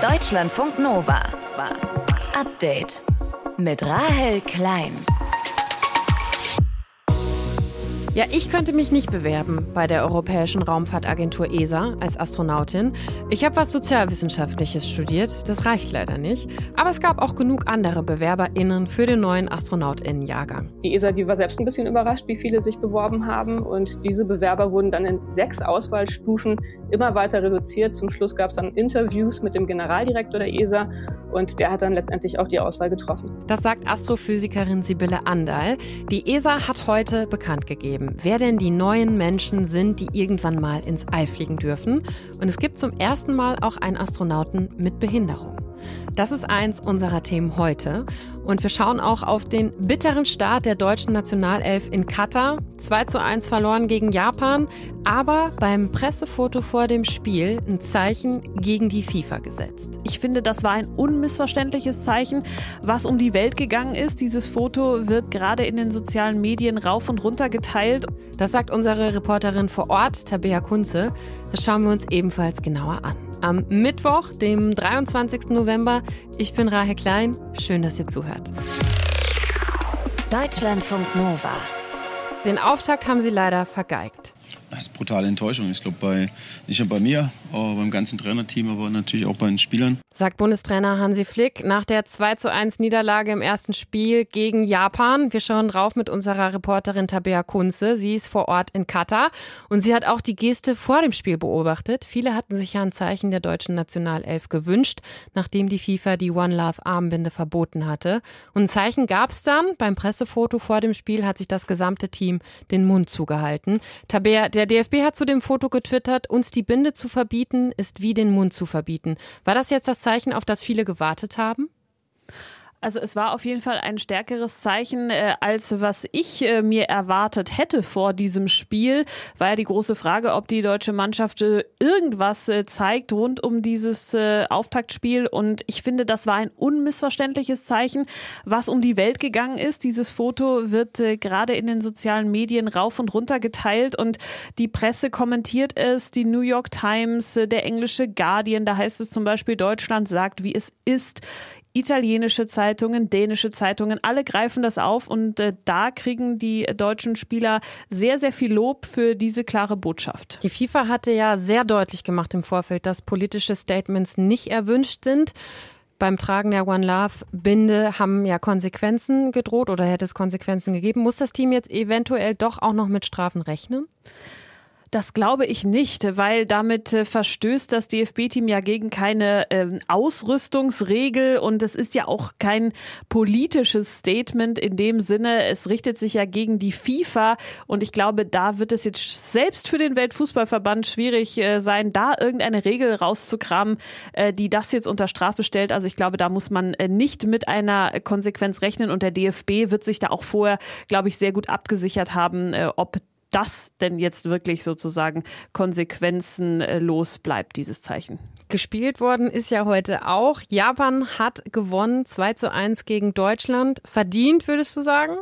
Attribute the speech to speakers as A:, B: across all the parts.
A: Deutschlandfunk Nova. Update mit Rahel Klein.
B: Ja, ich könnte mich nicht bewerben bei der Europäischen Raumfahrtagentur ESA als Astronautin. Ich habe was Sozialwissenschaftliches studiert, das reicht leider nicht. Aber es gab auch genug andere BewerberInnen für den neuen AstronautInnen-Jahrgang.
C: Die ESA, die war selbst ein bisschen überrascht, wie viele sich beworben haben. Und diese Bewerber wurden dann in 6 Auswahlstufen immer weiter reduziert. Zum Schluss gab es dann Interviews mit dem Generaldirektor der ESA und der hat dann letztendlich auch die Auswahl getroffen.
B: Das sagt Astrophysikerin Sibylle Anderl. Die ESA hat heute bekannt gegeben, wer denn die neuen Menschen sind, die irgendwann mal ins All fliegen dürfen. Und es gibt zum ersten Mal auch einen Astronauten mit Behinderung. Das ist eins unserer Themen heute. Und wir schauen auch auf den bitteren Start der deutschen Nationalelf in Katar. 2:1 verloren gegen Japan, aber beim Pressefoto vor dem Spiel ein Zeichen gegen die FIFA gesetzt.
D: Ich finde, das war ein unmissverständliches Zeichen, was um die Welt gegangen ist. Dieses Foto wird gerade in den sozialen Medien rauf und runter geteilt.
B: Das sagt unsere Reporterin vor Ort, Tabea Kunze. Das schauen wir uns ebenfalls genauer an. Am Mittwoch, dem 23. November. Ich bin Rahel Klein. Schön, dass ihr zuhört.
A: Deutschlandfunk Nova.
B: Den Auftakt haben sie leider vergeigt.
E: Das ist brutale Enttäuschung. Ich glaube, nicht nur bei mir, aber beim ganzen Trainerteam, aber natürlich auch bei den Spielern.
B: Sagt Bundestrainer Hansi Flick nach der 2:1 Niederlage im ersten Spiel gegen Japan. Wir schauen drauf mit unserer Reporterin Tabea Kunze. Sie ist vor Ort in Katar und sie hat auch die Geste vor dem Spiel beobachtet. Viele hatten sich ja ein Zeichen der deutschen Nationalelf gewünscht, nachdem die FIFA die One Love Armbinde verboten hatte. Und ein Zeichen gab es dann. Beim Pressefoto vor dem Spiel hat sich das gesamte Team den Mund zugehalten. Tabea, der DFB hat zu dem Foto getwittert, uns die Binde zu verbieten, ist wie den Mund zu verbieten. War das jetzt das Zeichen, auf das viele gewartet haben?
D: Also es war auf jeden Fall ein stärkeres Zeichen, als was ich mir erwartet hätte vor diesem Spiel. War ja die große Frage, ob die deutsche Mannschaft irgendwas zeigt rund um dieses Auftaktspiel. Und ich finde, das war ein unmissverständliches Zeichen, was um die Welt gegangen ist. Dieses Foto wird gerade in den sozialen Medien rauf und runter geteilt und die Presse kommentiert es. Die New York Times, der englische Guardian, da heißt es zum Beispiel, Deutschland sagt, wie es ist. Italienische Zeitungen, dänische Zeitungen, alle greifen das auf und da kriegen die deutschen Spieler sehr, sehr viel Lob für diese klare Botschaft.
B: Die FIFA hatte ja sehr deutlich gemacht im Vorfeld, dass politische Statements nicht erwünscht sind. Beim Tragen der One Love Binde haben ja Konsequenzen gedroht oder hätte es Konsequenzen gegeben. Muss das Team jetzt eventuell doch auch noch mit Strafen rechnen?
D: Das glaube ich nicht, weil damit verstößt das DFB-Team ja gegen keine Ausrüstungsregel und es ist ja auch kein politisches Statement in dem Sinne. Es richtet sich ja gegen die FIFA und ich glaube, da wird es jetzt selbst für den Weltfußballverband schwierig sein, da irgendeine Regel rauszukramen, die das jetzt unter Strafe stellt. Also ich glaube, da muss man nicht mit einer Konsequenz rechnen und der DFB wird sich da auch vorher, glaube ich, sehr gut abgesichert haben, ob das denn jetzt wirklich sozusagen konsequenzenlos bleibt, dieses Zeichen.
B: Gespielt worden ist ja heute auch. Japan hat gewonnen, 2:1 gegen Deutschland. Verdient, würdest du sagen?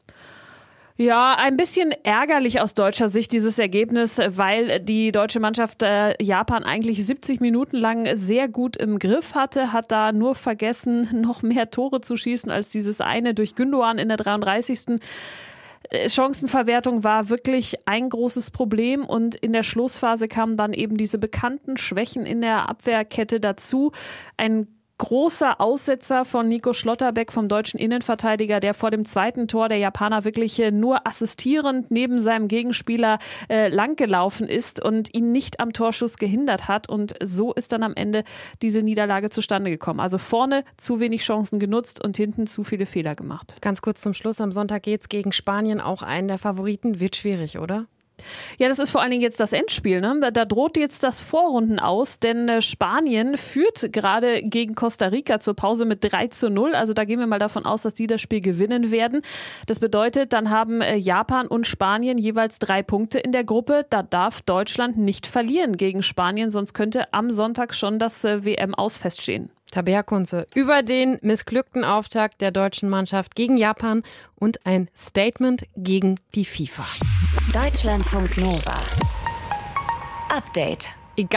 D: Ja, ein bisschen ärgerlich aus deutscher Sicht dieses Ergebnis, weil die deutsche Mannschaft Japan eigentlich 70 Minuten lang sehr gut im Griff hatte, hat da nur vergessen, noch mehr Tore zu schießen als dieses eine durch Gündoğan in der 33. Chancenverwertung war wirklich ein großes Problem und in der Schlussphase kamen dann eben diese bekannten Schwächen in der Abwehrkette dazu. Ein großer Aussetzer von Nico Schlotterbeck vom deutschen Innenverteidiger, der vor dem zweiten Tor der Japaner wirklich nur assistierend neben seinem Gegenspieler langgelaufen ist und ihn nicht am Torschuss gehindert hat. Und so ist dann am Ende diese Niederlage zustande gekommen. Also vorne zu wenig Chancen genutzt und hinten zu viele Fehler gemacht.
B: Ganz kurz zum Schluss, am Sonntag geht's gegen Spanien, auch einen der Favoriten. Wird schwierig, oder?
D: Ja, das ist vor allen Dingen jetzt das Endspiel, ne? Da droht jetzt das Vorrunden aus, denn Spanien führt gerade gegen Costa Rica zur Pause mit 3:0. Also da gehen wir mal davon aus, dass die das Spiel gewinnen werden. Das bedeutet, dann haben Japan und Spanien jeweils 3 Punkte in der Gruppe. Da darf Deutschland nicht verlieren gegen Spanien, sonst könnte am Sonntag schon das WM-Aus feststehen.
B: Tabea Kunze über den missglückten Auftakt der deutschen Mannschaft gegen Japan und ein Statement gegen die FIFA.
A: Deutschlandfunk Nova. Update.
B: Egal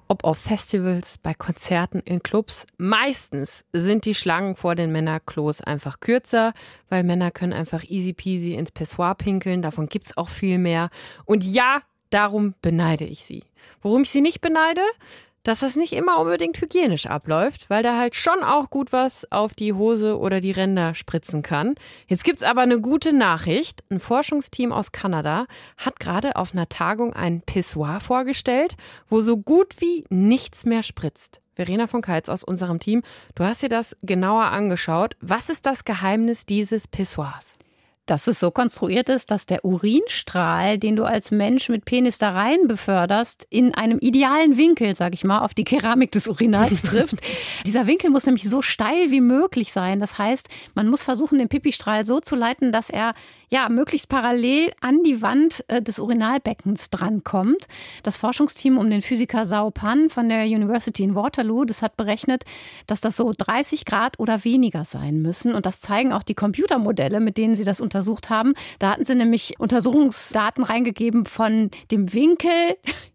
B: ob auf Festivals, bei Konzerten, in Clubs. Meistens sind die Schlangen vor den Männerklos einfach kürzer, weil Männer können einfach easy peasy ins Pissoir pinkeln. Davon gibt's auch viel mehr. Und ja, darum beneide ich sie. Worum ich sie nicht beneide? Dass das nicht immer unbedingt hygienisch abläuft, weil da halt schon auch gut was auf die Hose oder die Ränder spritzen kann. Jetzt gibt's aber eine gute Nachricht. Ein Forschungsteam aus Kanada hat gerade auf einer Tagung ein Pissoir vorgestellt, wo so gut wie nichts mehr spritzt. Verena von Keitz aus unserem Team, du hast dir das genauer angeschaut. Was ist das Geheimnis dieses Pissoirs?
F: Dass es so konstruiert ist, dass der Urinstrahl, den du als Mensch mit Penis da rein beförderst, in einem idealen Winkel, sag ich mal, auf die Keramik des Urinals trifft. Dieser Winkel muss nämlich so steil wie möglich sein. Das heißt, man muss versuchen, den Pipistrahl so zu leiten, dass er möglichst parallel an die Wand des Urinalbeckens drankommt. Das Forschungsteam um den Physiker Zhao Pan von der University in Waterloo, das hat berechnet, dass das so 30 Grad oder weniger sein müssen. Und das zeigen auch die Computermodelle, mit denen sie das untersucht haben. Da hatten sie nämlich Untersuchungsdaten reingegeben von dem Winkel,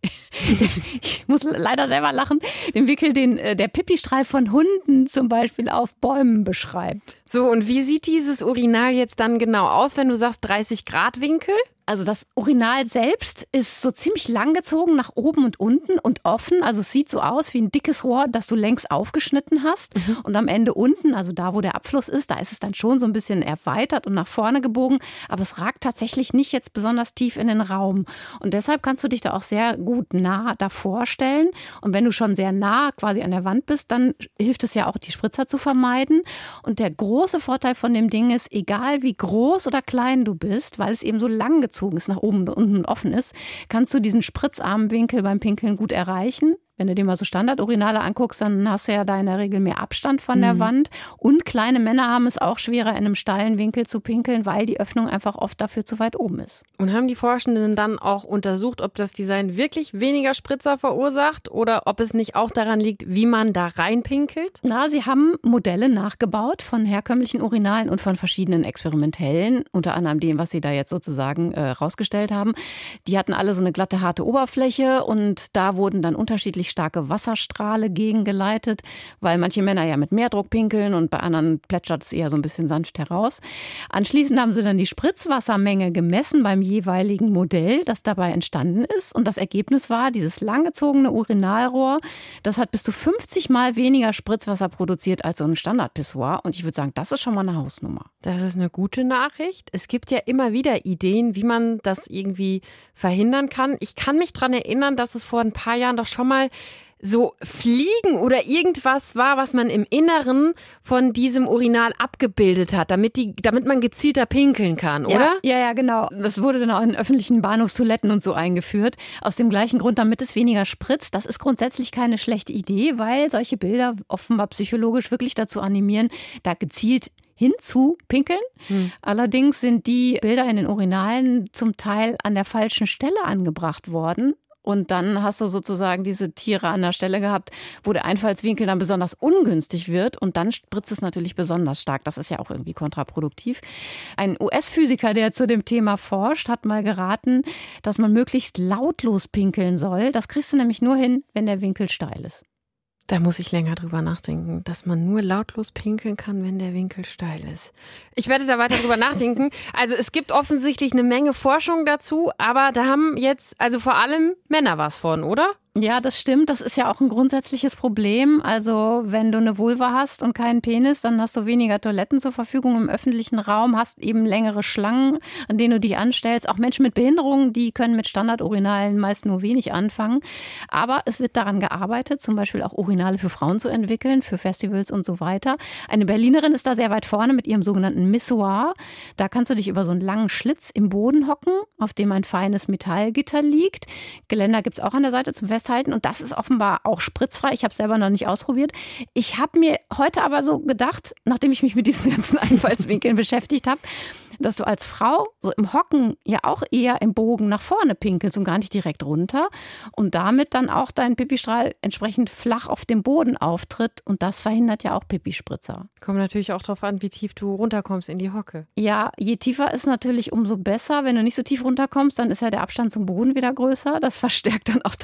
F: ich muss leider selber lachen, dem Winkel, den der Pipistrahl von Hunden zum Beispiel auf Bäumen beschreibt.
B: So, und wie sieht dieses Urinal jetzt dann genau aus, wenn du sagst 30 Grad Winkel?
F: Also das Urinal selbst ist so ziemlich langgezogen nach oben und unten und offen. Also es sieht so aus wie ein dickes Rohr, das du längs aufgeschnitten hast. Und am Ende unten, also da, wo der Abfluss ist, da ist es dann schon so ein bisschen erweitert und nach vorne gebogen. Aber es ragt tatsächlich nicht jetzt besonders tief in den Raum. Und deshalb kannst du dich da auch sehr gut nah davor stellen. Und wenn du schon sehr nah quasi an der Wand bist, dann hilft es ja auch, die Spritzer zu vermeiden. Und der große Vorteil von dem Ding ist, egal wie groß oder klein du bist, weil es eben so lang gezogen ist, nach oben und unten offen ist, kannst du diesen Spritzarmwinkel beim Pinkeln gut erreichen. Wenn du dir mal so Standardurinale anguckst, dann hast du ja da in der Regel mehr Abstand von der Wand. Und kleine Männer haben es auch schwerer, in einem steilen Winkel zu pinkeln, weil die Öffnung einfach oft dafür zu weit oben ist.
B: Und haben die Forschenden dann auch untersucht, ob das Design wirklich weniger Spritzer verursacht oder ob es nicht auch daran liegt, wie man da reinpinkelt?
F: Na, sie haben Modelle nachgebaut von herkömmlichen Urinalen und von verschiedenen experimentellen, unter anderem dem, was sie da jetzt sozusagen rausgestellt haben. Die hatten alle so eine glatte, harte Oberfläche und da wurden dann unterschiedlich starke Wasserstrahle gegengeleitet, weil manche Männer ja mit mehr Druck pinkeln und bei anderen plätschert es eher so ein bisschen sanft heraus. Anschließend haben sie dann die Spritzwassermenge gemessen beim jeweiligen Modell, das dabei entstanden ist. Und das Ergebnis war, dieses langgezogene Urinalrohr, das hat bis zu 50 Mal weniger Spritzwasser produziert als so ein Standardpissoir. Und ich würde sagen, das ist schon mal eine Hausnummer.
B: Das ist eine gute Nachricht. Es gibt ja immer wieder Ideen, wie man das irgendwie verhindern kann. Ich kann mich daran erinnern, dass es vor ein paar Jahren doch schon mal so Fliegen oder irgendwas war, was man im Inneren von diesem Urinal abgebildet hat, damit man gezielter pinkeln kann, oder?
F: Ja, genau. Das wurde dann auch in öffentlichen Bahnhofstoiletten und so eingeführt. Aus dem gleichen Grund, damit es weniger spritzt. Das ist grundsätzlich keine schlechte Idee, weil solche Bilder offenbar psychologisch wirklich dazu animieren, da gezielt hinzu pinkeln. Allerdings sind die Bilder in den Urinalen zum Teil an der falschen Stelle angebracht worden. Und dann hast du sozusagen diese Tiere an der Stelle gehabt, wo der Einfallswinkel dann besonders ungünstig wird. Und dann spritzt es natürlich besonders stark. Das ist ja auch irgendwie kontraproduktiv. Ein US-Physiker, der zu dem Thema forscht, hat mal geraten, dass man möglichst lautlos pinkeln soll. Das kriegst du nämlich nur hin, wenn der Winkel steil ist.
B: Da muss ich länger drüber nachdenken, dass man nur lautlos pinkeln kann, wenn der Winkel steil ist. Ich werde da weiter drüber nachdenken. Also es gibt offensichtlich eine Menge Forschung dazu, aber da haben jetzt also vor allem Männer was von, oder?
F: Ja, das stimmt. Das ist ja auch ein grundsätzliches Problem. Also wenn du eine Vulva hast und keinen Penis, dann hast du weniger Toiletten zur Verfügung im öffentlichen Raum, hast eben längere Schlangen, an denen du dich anstellst. Auch Menschen mit Behinderungen, die können mit Standardurinalen meist nur wenig anfangen. Aber es wird daran gearbeitet, zum Beispiel auch Urinale für Frauen zu entwickeln, für Festivals und so weiter. Eine Berlinerin ist da sehr weit vorne mit ihrem sogenannten Missoir. Da kannst du dich über so einen langen Schlitz im Boden hocken, auf dem ein feines Metallgitter liegt. Geländer gibt es auch an der Seite zum Festhalten. Und das ist offenbar auch spritzfrei. Ich habe es selber noch nicht ausprobiert. Ich habe mir heute aber so gedacht, nachdem ich mich mit diesen ganzen Einfallswinkeln beschäftigt habe, dass du als Frau so im Hocken ja auch eher im Bogen nach vorne pinkelst und gar nicht direkt runter. Und damit dann auch dein Pipistrahl entsprechend flach auf dem Boden auftritt. Und das verhindert ja auch Pipispritzer.
B: Kommt natürlich auch darauf an, wie tief du runterkommst in die Hocke.
F: Ja, je tiefer ist natürlich umso besser. Wenn du nicht so tief runterkommst, dann ist ja der Abstand zum Boden wieder größer. Das verstärkt dann auch das Spritzen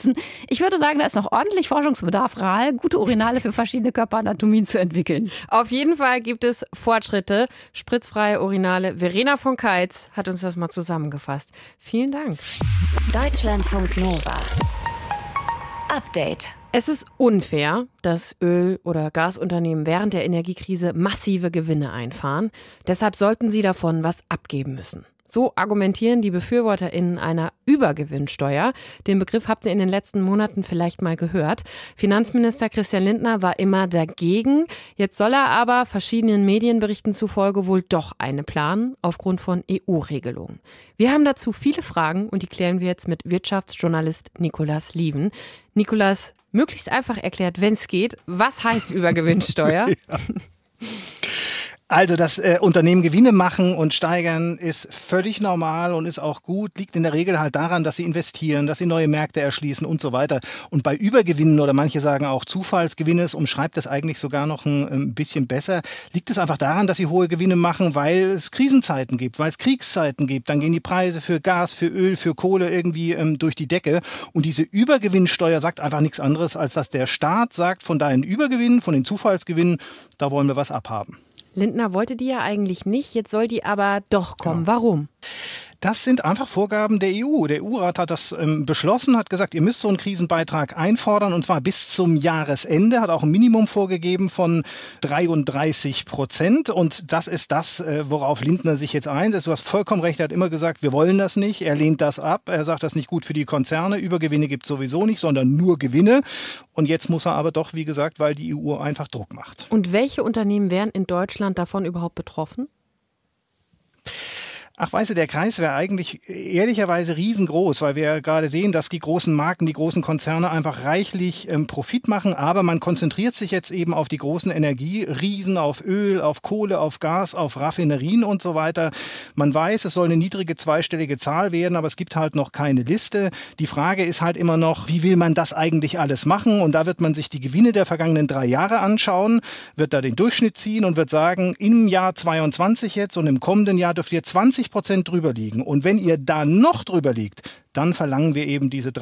F: abschließen. Ich würde sagen, da ist noch ordentlich Forschungsbedarf, Rahel, gute Urinale für verschiedene Körperanatomien zu entwickeln.
B: Auf jeden Fall gibt es Fortschritte. Spritzfreie Urinale. Verena von Keitz hat uns das mal zusammengefasst. Vielen Dank.
A: Deutschlandfunk Nova. Update.
B: Es ist unfair, dass Öl- oder Gasunternehmen während der Energiekrise massive Gewinne einfahren. Deshalb sollten sie davon was abgeben müssen. So argumentieren die BefürworterInnen einer Übergewinnsteuer. Den Begriff habt ihr in den letzten Monaten vielleicht mal gehört. Finanzminister Christian Lindner war immer dagegen. Jetzt soll er aber verschiedenen Medienberichten zufolge wohl doch eine planen, aufgrund von EU-Regelungen. Wir haben dazu viele Fragen und die klären wir jetzt mit Wirtschaftsjournalist Nicolas Lieven. Nicolas, möglichst einfach erklärt, wenn es geht, was heißt Übergewinnsteuer?
G: Ja. Also, dass Unternehmen Gewinne machen und steigern, ist völlig normal und ist auch gut. Liegt in der Regel halt daran, dass sie investieren, dass sie neue Märkte erschließen und so weiter. Und bei Übergewinnen oder manche sagen auch Zufallsgewinne, umschreibt es eigentlich sogar noch ein bisschen besser, liegt es einfach daran, dass sie hohe Gewinne machen, weil es Krisenzeiten gibt, weil es Kriegszeiten gibt. Dann gehen die Preise für Gas, für Öl, für Kohle irgendwie durch die Decke. Und diese Übergewinnsteuer sagt einfach nichts anderes, als dass der Staat sagt, von deinen Übergewinnen, von den Zufallsgewinnen, da wollen wir was abhaben.
B: Lindner wollte die ja eigentlich nicht, jetzt soll die aber doch kommen. Ja. Warum?
G: Das sind einfach Vorgaben der EU. Der EU-Rat hat das beschlossen, hat gesagt, ihr müsst so einen Krisenbeitrag einfordern und zwar bis zum Jahresende, hat auch ein Minimum vorgegeben von 33%. Und das ist das, worauf Lindner sich jetzt einsetzt. Du hast vollkommen recht, er hat immer gesagt, wir wollen das nicht. Er lehnt das ab. Er sagt, das ist nicht gut für die Konzerne. Übergewinne gibt es sowieso nicht, sondern nur Gewinne. Und jetzt muss er aber doch, wie gesagt, weil die EU einfach Druck macht.
B: Und welche Unternehmen wären in Deutschland davon überhaupt betroffen?
G: Ach, weißt du, der Kreis wäre eigentlich ehrlicherweise riesengroß, weil wir ja gerade sehen, dass die großen Marken, die großen Konzerne einfach reichlich Profit machen. Aber man konzentriert sich jetzt eben auf die großen Energieriesen, auf Öl, auf Kohle, auf Gas, auf Raffinerien und so weiter. Man weiß, es soll eine niedrige zweistellige Zahl werden, aber es gibt halt noch keine Liste. Die Frage ist halt immer noch, wie will man das eigentlich alles machen? Und da wird man sich die Gewinne der vergangenen 3 Jahre anschauen, wird da den Durchschnitt ziehen und wird sagen, im Jahr 22 jetzt und im kommenden Jahr dürft ihr 20% drüber liegen. Und wenn ihr da noch drüber liegt, dann verlangen wir eben diese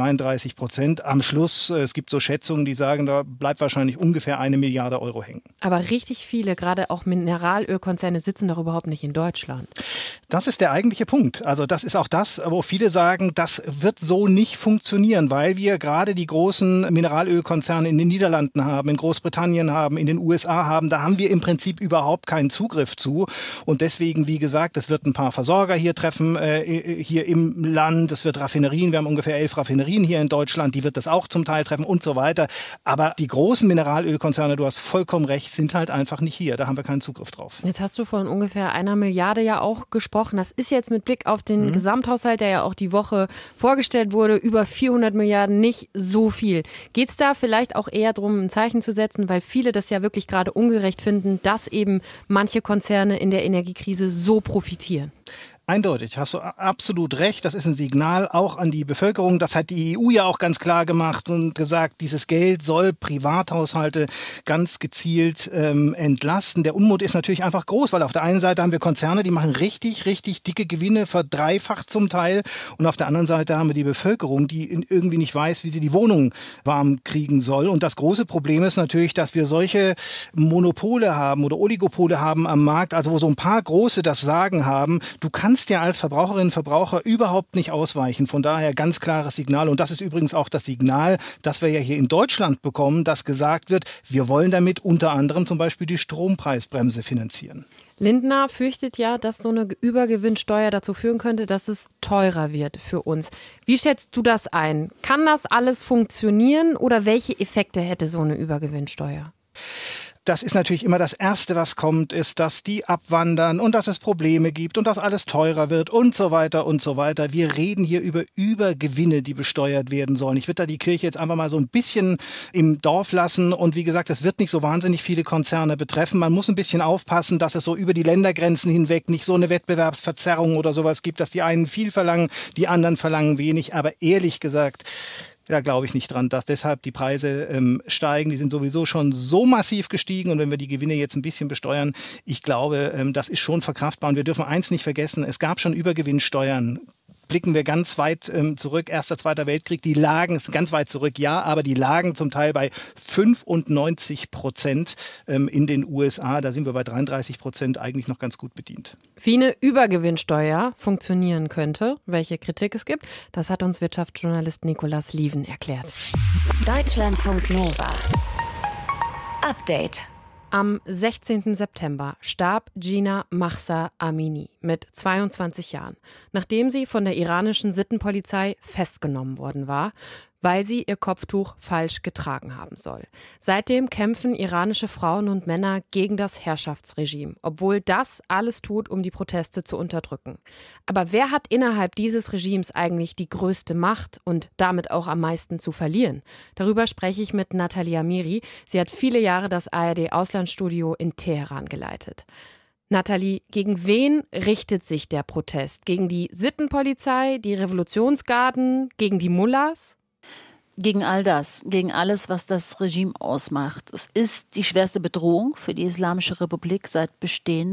G: 33% am Schluss. Es gibt so Schätzungen, die sagen, da bleibt wahrscheinlich ungefähr 1 Milliarde Euro hängen.
B: Aber richtig viele, gerade auch Mineralölkonzerne, sitzen doch überhaupt nicht in Deutschland.
G: Das ist der eigentliche Punkt. Also das ist auch das, wo viele sagen, das wird so nicht funktionieren, weil wir gerade die großen Mineralölkonzerne in den Niederlanden haben, in Großbritannien haben, in den USA haben. Da haben wir im Prinzip überhaupt keinen Zugriff zu. Und deswegen, wie gesagt, es wird ein paar Versorger hier treffen, hier im Land. Es wird Raffinerien, wir haben ungefähr 11 Raffinerien hier in Deutschland, die wird das auch zum Teil treffen und so weiter. Aber die großen Mineralölkonzerne, du hast vollkommen recht, sind halt einfach nicht hier. Da haben wir keinen Zugriff drauf.
B: Jetzt hast du von ungefähr 1 Milliarde ja auch gesprochen. Das ist jetzt mit Blick auf den Gesamthaushalt, der ja auch die Woche vorgestellt wurde, über 400 Milliarden nicht so viel. Geht es da vielleicht auch eher darum, ein Zeichen zu setzen, weil viele das ja wirklich gerade ungerecht finden, dass eben manche Konzerne in der Energiekrise so profitieren?
G: Eindeutig, hast du absolut recht. Das ist ein Signal auch an die Bevölkerung. Das hat die EU ja auch ganz klar gemacht und gesagt, dieses Geld soll Privathaushalte ganz gezielt entlasten. Der Unmut ist natürlich einfach groß, weil auf der einen Seite haben wir Konzerne, die machen richtig, richtig dicke Gewinne, verdreifacht zum Teil. Und auf der anderen Seite haben wir die Bevölkerung, die irgendwie nicht weiß, wie sie die Wohnung warm kriegen soll. Und das große Problem ist natürlich, dass wir solche Monopole haben oder Oligopole haben am Markt, also wo so ein paar Große das Sagen haben. Du kannst ja als Verbraucherinnen und Verbraucher überhaupt nicht ausweichen. Von daher ganz klares Signal. Und das ist übrigens auch das Signal, das wir ja hier in Deutschland bekommen, dass gesagt wird, wir wollen damit unter anderem zum Beispiel die Strompreisbremse finanzieren.
B: Lindner fürchtet ja, dass so eine Übergewinnsteuer dazu führen könnte, dass es teurer wird für uns. Wie schätzt du das ein? Kann das alles funktionieren oder welche Effekte hätte so eine Übergewinnsteuer?
G: Das ist natürlich immer das Erste, was kommt, ist, dass die abwandern und dass es Probleme gibt und dass alles teurer wird und so weiter und so weiter. Wir reden hier über Übergewinne, die besteuert werden sollen. Ich würde da die Kirche jetzt einfach mal so ein bisschen im Dorf lassen und wie gesagt, es wird nicht so wahnsinnig viele Konzerne betreffen. Man muss ein bisschen aufpassen, dass es so über die Ländergrenzen hinweg nicht so eine Wettbewerbsverzerrung oder sowas gibt, dass die einen viel verlangen, die anderen verlangen wenig. Aber ehrlich gesagt, da glaube ich nicht dran, dass deshalb die Preise steigen. Die sind sowieso schon so massiv gestiegen. Und wenn wir die Gewinne jetzt ein bisschen besteuern, ich glaube, das ist schon verkraftbar. Und wir dürfen eins nicht vergessen, es gab schon Übergewinnsteuern blicken wir ganz weit zurück, Erster, Zweiter Weltkrieg, die lagen ganz weit zurück, ja, aber die lagen zum Teil bei 95% in den USA. Da sind wir bei 33% eigentlich noch ganz gut bedient.
B: Wie eine Übergewinnsteuer funktionieren könnte, welche Kritik es gibt, das hat uns Wirtschaftsjournalist Nicolas Lieven erklärt.
A: Deutschlandfunk Nova. Update.
B: Am 16. September starb Gina Mahsa Amini mit 22 Jahren, nachdem sie von der iranischen Sittenpolizei festgenommen worden war, weil sie ihr Kopftuch falsch getragen haben soll. Seitdem kämpfen iranische Frauen und Männer gegen das Herrschaftsregime, obwohl das alles tut, um die Proteste zu unterdrücken. Aber wer hat innerhalb dieses Regimes eigentlich die größte Macht und damit auch am meisten zu verlieren? Darüber spreche ich mit Nathalie Amiri. Sie hat viele Jahre das ARD-Auslandsstudio in Teheran geleitet. Nathalie, gegen wen richtet sich der Protest? Gegen die Sittenpolizei, die Revolutionsgarden, gegen die Mullahs?
H: Gegen all das, gegen alles, was das Regime ausmacht. Es ist die schwerste Bedrohung für die Islamische Republik seit Bestehen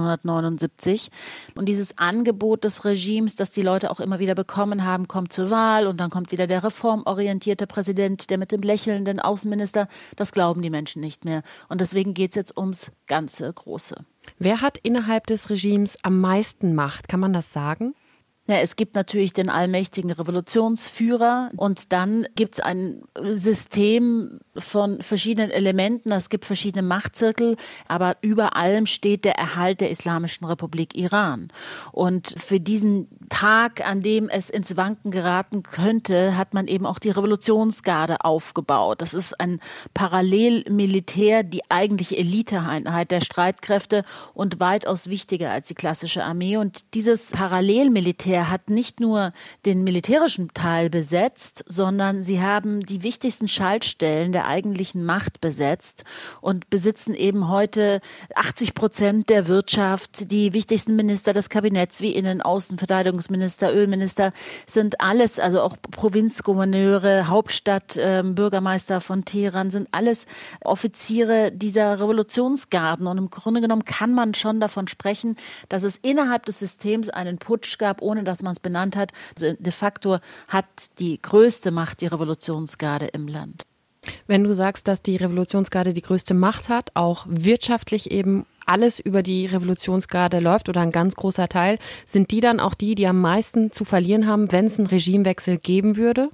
H: 1979. Und dieses Angebot des Regimes, das die Leute auch immer wieder bekommen haben, kommt zur Wahl und dann kommt wieder der reformorientierte Präsident, der mit dem lächelnden Außenminister, das glauben die Menschen nicht mehr. Und deswegen geht es jetzt ums ganze Große.
B: Wer hat innerhalb des Regimes am meisten Macht? Kann man das sagen?
H: Ja, es gibt natürlich den allmächtigen Revolutionsführer und dann gibt es ein System von verschiedenen Elementen. Es gibt verschiedene Machtzirkel, aber über allem steht der Erhalt der Islamischen Republik Iran. Und für diesen Tag, an dem es ins Wanken geraten könnte, hat man eben auch die Revolutionsgarde aufgebaut. Das ist ein Parallelmilitär, die eigentliche Eliteeinheit der Streitkräfte und weitaus wichtiger als die klassische Armee. Und dieses Parallelmilitär hat nicht nur den militärischen Teil besetzt, sondern sie haben die wichtigsten Schaltstellen der eigentlichen Macht besetzt und besitzen eben heute 80% der Wirtschaft. Die wichtigsten Minister des Kabinetts wie Innen-, Außen-, Verteidigungsminister, Ölminister sind alles, also auch Provinzgouverneure, Bürgermeister von Teheran sind alles Offiziere dieser Revolutionsgarden. Und im Grunde genommen kann man schon davon sprechen, dass es innerhalb des Systems einen Putsch gab, ohne dass man es benannt hat. Also de facto hat die größte Macht die Revolutionsgarde im Land.
B: Wenn du sagst, dass die Revolutionsgarde die größte Macht hat, auch wirtschaftlich eben alles über die Revolutionsgarde läuft oder ein ganz großer Teil, sind die dann auch die am meisten zu verlieren haben, wenn es einen Regimewechsel geben würde?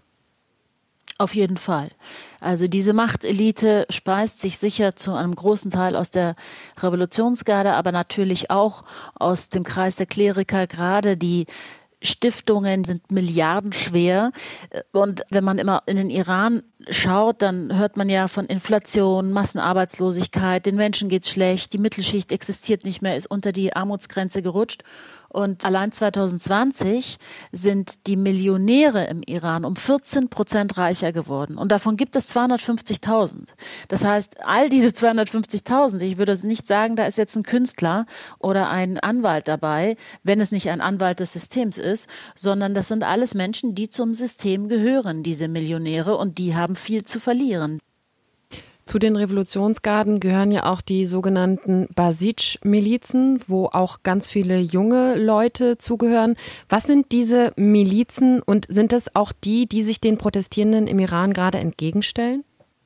H: Auf jeden Fall. Also diese Machtelite speist sich sicher zu einem großen Teil aus der Revolutionsgarde, aber natürlich auch aus dem Kreis der Kleriker. Gerade die Stiftungen sind milliardenschwer. Und wenn man immer in den Iran schaut, dann hört man ja von Inflation, Massenarbeitslosigkeit, den Menschen geht's schlecht, die Mittelschicht existiert nicht mehr, ist unter die Armutsgrenze gerutscht. Und allein 2020 sind die Millionäre im Iran um 14% reicher geworden. Und davon gibt es 250.000. Das heißt, all diese 250.000, ich würde nicht sagen, da ist jetzt ein Künstler oder ein Anwalt dabei, wenn es nicht ein Anwalt des Systems ist, sondern das sind alles Menschen, die zum System gehören, diese Millionäre, und die haben viel zu verlieren.
B: Zu den Revolutionsgarden gehören ja auch die sogenannten Basij-Milizen, wo auch ganz viele junge Leute zugehören. Was sind diese Milizen und sind es auch die sich den Protestierenden im Iran gerade entgegenstellen?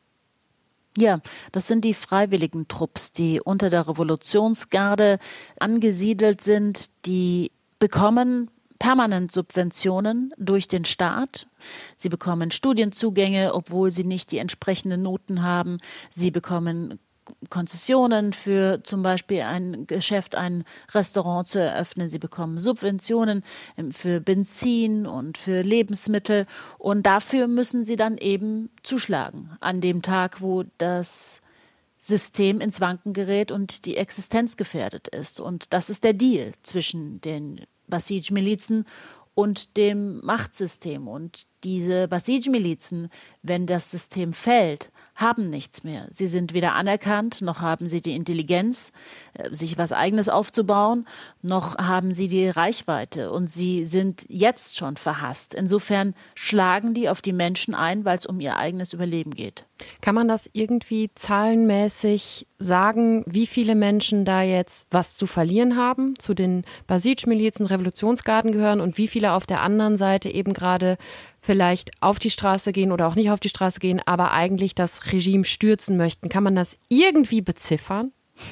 H: Ja, das sind die freiwilligen Trupps, die unter der Revolutionsgarde angesiedelt sind, die bekommen permanent Subventionen durch den Staat. Sie bekommen Studienzugänge, obwohl sie nicht die entsprechenden Noten haben. Sie bekommen Konzessionen für zum Beispiel ein Geschäft, ein Restaurant zu eröffnen. Sie bekommen Subventionen für Benzin und für Lebensmittel. Und dafür müssen sie dann eben zuschlagen an dem Tag, wo das System ins Wanken gerät und die Existenz gefährdet ist. Und das ist der Deal zwischen den Basij-Milizen und dem Machtsystem. Und diese Basij-Milizen, wenn das System fällt, haben nichts mehr. Sie sind weder anerkannt, noch haben sie die Intelligenz, sich was Eigenes aufzubauen, noch haben sie die Reichweite. Und sie sind jetzt schon verhasst. Insofern schlagen die auf die Menschen ein, weil es um ihr eigenes Überleben geht.
B: Kann man das irgendwie zahlenmäßig sagen, wie viele Menschen da jetzt was zu verlieren haben, zu den Basij-Milizen, Revolutionsgarden gehören und wie viele auf der anderen Seite eben gerade vielleicht auf die Straße gehen oder auch nicht auf die Straße gehen, aber eigentlich das Regime stürzen möchten? Kann man das irgendwie beziffern?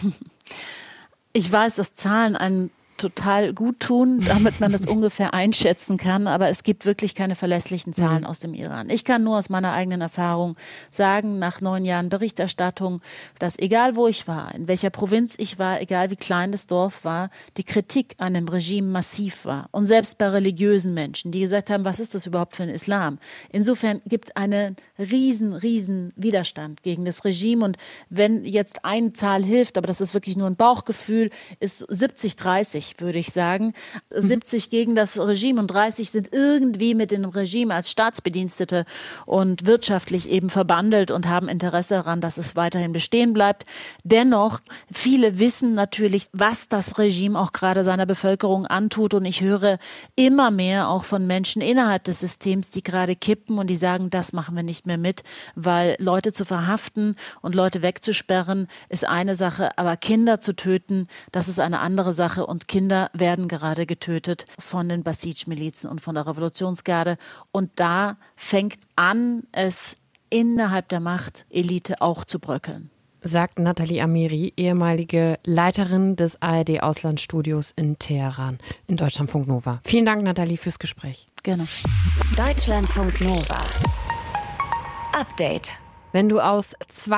H: Ich weiß, dass Zahlen einen total gut tun, damit man das ungefähr einschätzen kann, aber es gibt wirklich keine verlässlichen Zahlen aus dem Iran. Ich kann nur aus meiner eigenen Erfahrung sagen, nach 9 Jahren Berichterstattung, dass egal wo ich war, in welcher Provinz ich war, egal wie klein das Dorf war, die Kritik an dem Regime massiv war. Und selbst bei religiösen Menschen, die gesagt haben, was ist das überhaupt für ein Islam? Insofern gibt es einen riesen Widerstand gegen das Regime. Und wenn jetzt eine Zahl hilft, aber das ist wirklich nur ein Bauchgefühl, ist 70-30. Würde ich sagen. 70 gegen das Regime und 30 sind irgendwie mit dem Regime als Staatsbedienstete und wirtschaftlich eben verbandelt und haben Interesse daran, dass es weiterhin bestehen bleibt. Dennoch, viele wissen natürlich, was das Regime auch gerade seiner Bevölkerung antut, und ich höre immer mehr auch von Menschen innerhalb des Systems, die gerade kippen und die sagen, das machen wir nicht mehr mit, weil Leute zu verhaften und Leute wegzusperren ist eine Sache, aber Kinder zu töten, das ist eine andere Sache, und Kinder werden gerade getötet von den Basij-Milizen und von der Revolutionsgarde. Und da fängt an, es innerhalb der Machtelite auch zu bröckeln.
B: Sagt Nathalie Amiri, ehemalige Leiterin des ARD-Auslandsstudios in Teheran, in Deutschlandfunk Nova. Vielen Dank, Nathalie, fürs Gespräch.
H: Gerne.
A: Deutschlandfunk Nova. Update.
B: Wenn du aus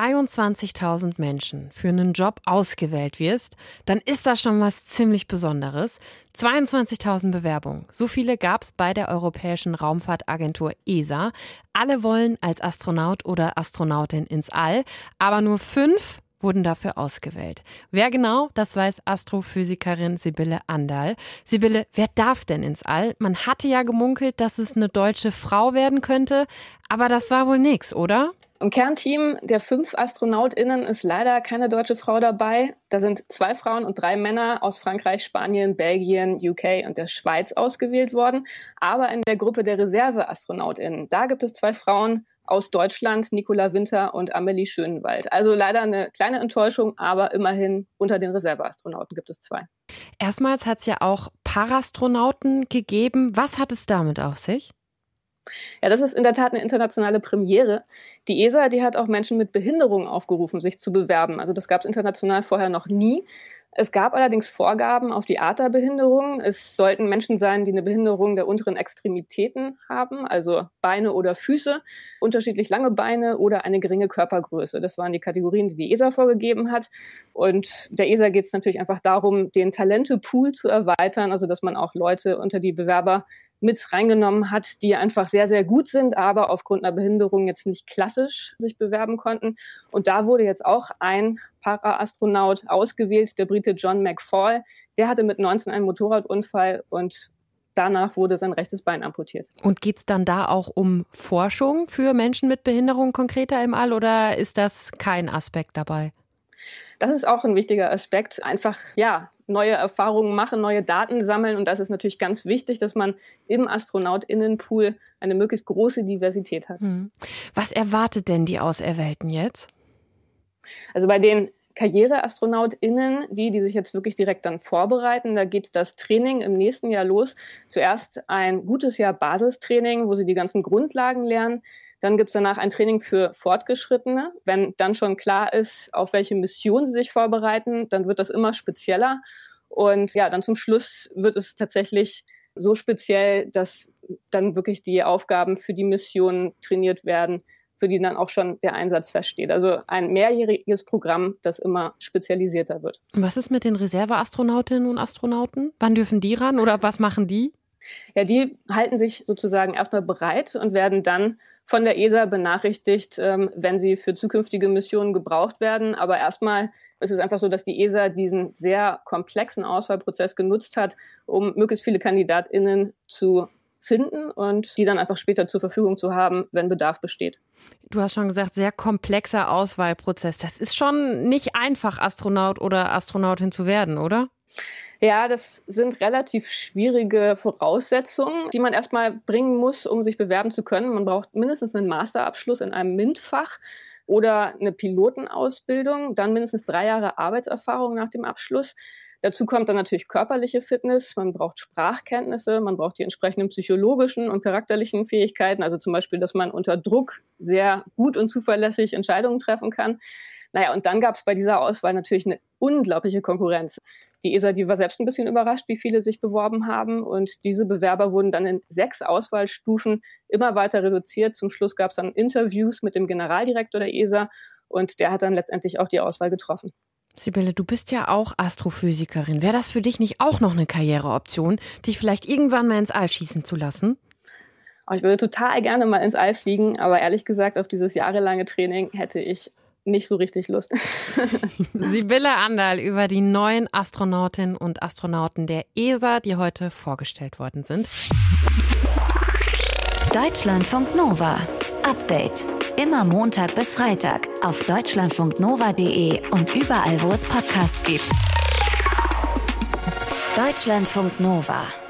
B: 22.000 Menschen für einen Job ausgewählt wirst, dann ist das schon was ziemlich Besonderes. 22.000 Bewerbungen. So viele gab es bei der Europäischen Raumfahrtagentur ESA. Alle wollen als Astronaut oder Astronautin ins All, aber nur 5 wurden dafür ausgewählt. Wer genau, das weiß Astrophysikerin Sibylle Anderl. Sibylle, wer darf denn ins All? Man hatte ja gemunkelt, dass es eine deutsche Frau werden könnte, aber das war wohl nix, oder?
C: Im Kernteam der 5 AstronautInnen ist leider keine deutsche Frau dabei. Da sind 2 Frauen und 3 Männer aus Frankreich, Spanien, Belgien, UK und der Schweiz ausgewählt worden. Aber in der Gruppe der Reserve-AstronautInnen, da gibt es 2 Frauen aus Deutschland, Nicola Winter und Amelie Schönenwald. Also leider eine kleine Enttäuschung, aber immerhin unter den Reserve-Astronauten gibt es 2.
B: Erstmals hat es ja auch Parastronauten gegeben. Was hat es damit auf sich?
C: Ja, das ist in der Tat eine internationale Premiere. Die ESA, die hat auch Menschen mit Behinderungen aufgerufen, sich zu bewerben. Also das gab es international vorher noch nie. Es gab allerdings Vorgaben auf die Art der Behinderung. Es sollten Menschen sein, die eine Behinderung der unteren Extremitäten haben, also Beine oder Füße, unterschiedlich lange Beine oder eine geringe Körpergröße. Das waren die Kategorien, die die ESA vorgegeben hat. Und der ESA geht es natürlich einfach darum, den Talentepool zu erweitern, also dass man auch Leute unter die Bewerber mit reingenommen hat, die einfach sehr, sehr gut sind, aber aufgrund einer Behinderung jetzt nicht klassisch sich bewerben konnten. Und da wurde jetzt auch ein Para-Astronaut ausgewählt, der Brite John McFall. Der hatte mit 19 einen Motorradunfall und danach wurde sein rechtes Bein amputiert.
B: Und geht es dann da auch um Forschung für Menschen mit Behinderung konkreter im All oder ist das kein Aspekt dabei?
C: Das ist auch ein wichtiger Aspekt. Einfach, ja, neue Erfahrungen machen, neue Daten sammeln. Und das ist natürlich ganz wichtig, dass man im AstronautInnenpool eine möglichst große Diversität hat.
B: Was erwartet denn die Auserwählten jetzt?
C: Also bei den KarriereastronautInnen, die sich jetzt wirklich direkt dann vorbereiten, da geht das Training im nächsten Jahr los. Zuerst ein gutes Jahr Basistraining, wo sie die ganzen Grundlagen lernen. Dann gibt es danach ein Training für Fortgeschrittene. Wenn dann schon klar ist, auf welche Mission sie sich vorbereiten, dann wird das immer spezieller. Und ja, dann zum Schluss wird es tatsächlich so speziell, dass dann wirklich die Aufgaben für die Mission trainiert werden, für die dann auch schon der Einsatz feststeht. Also ein mehrjähriges Programm, das immer spezialisierter wird.
B: Und was ist mit den Reserveastronautinnen und Astronauten? Wann dürfen die ran oder was machen die?
C: Ja, die halten sich sozusagen erstmal bereit und werden dann von der ESA benachrichtigt, wenn sie für zukünftige Missionen gebraucht werden. Aber erstmal ist es einfach so, dass die ESA diesen sehr komplexen Auswahlprozess genutzt hat, um möglichst viele KandidatInnen zu finden und die dann einfach später zur Verfügung zu haben, wenn Bedarf besteht.
B: Du hast schon gesagt, sehr komplexer Auswahlprozess. Das ist schon nicht einfach, Astronaut oder Astronautin zu werden, oder?
C: Ja, das sind relativ schwierige Voraussetzungen, die man erstmal bringen muss, um sich bewerben zu können. Man braucht mindestens einen Masterabschluss in einem MINT-Fach. oder eine Pilotenausbildung, dann mindestens 3 Jahre Arbeitserfahrung nach dem Abschluss. Dazu kommt dann natürlich körperliche Fitness, man braucht Sprachkenntnisse, man braucht die entsprechenden psychologischen und charakterlichen Fähigkeiten, also zum Beispiel, dass man unter Druck sehr gut und zuverlässig Entscheidungen treffen kann. Naja, und dann gab es bei dieser Auswahl natürlich eine unglaubliche Konkurrenz. Die ESA, die war selbst ein bisschen überrascht, wie viele sich beworben haben. Und diese Bewerber wurden dann in 6 Auswahlstufen immer weiter reduziert. Zum Schluss gab es dann Interviews mit dem Generaldirektor der ESA und der hat dann letztendlich auch die Auswahl getroffen.
B: Sibylle, du bist ja auch Astrophysikerin. Wäre das für dich nicht auch noch eine Karriereoption, dich vielleicht irgendwann mal ins All schießen zu lassen?
C: Ich würde total gerne mal ins All fliegen, aber ehrlich gesagt, auf dieses jahrelange Training hätte ich nicht so richtig Lust.
B: Sibylle Anderl über die neuen Astronautinnen und Astronauten der ESA, die heute vorgestellt worden sind.
A: Deutschlandfunk Nova. Update. Immer Montag bis Freitag auf deutschlandfunknova.de und überall, wo es Podcasts gibt. Deutschlandfunk Nova.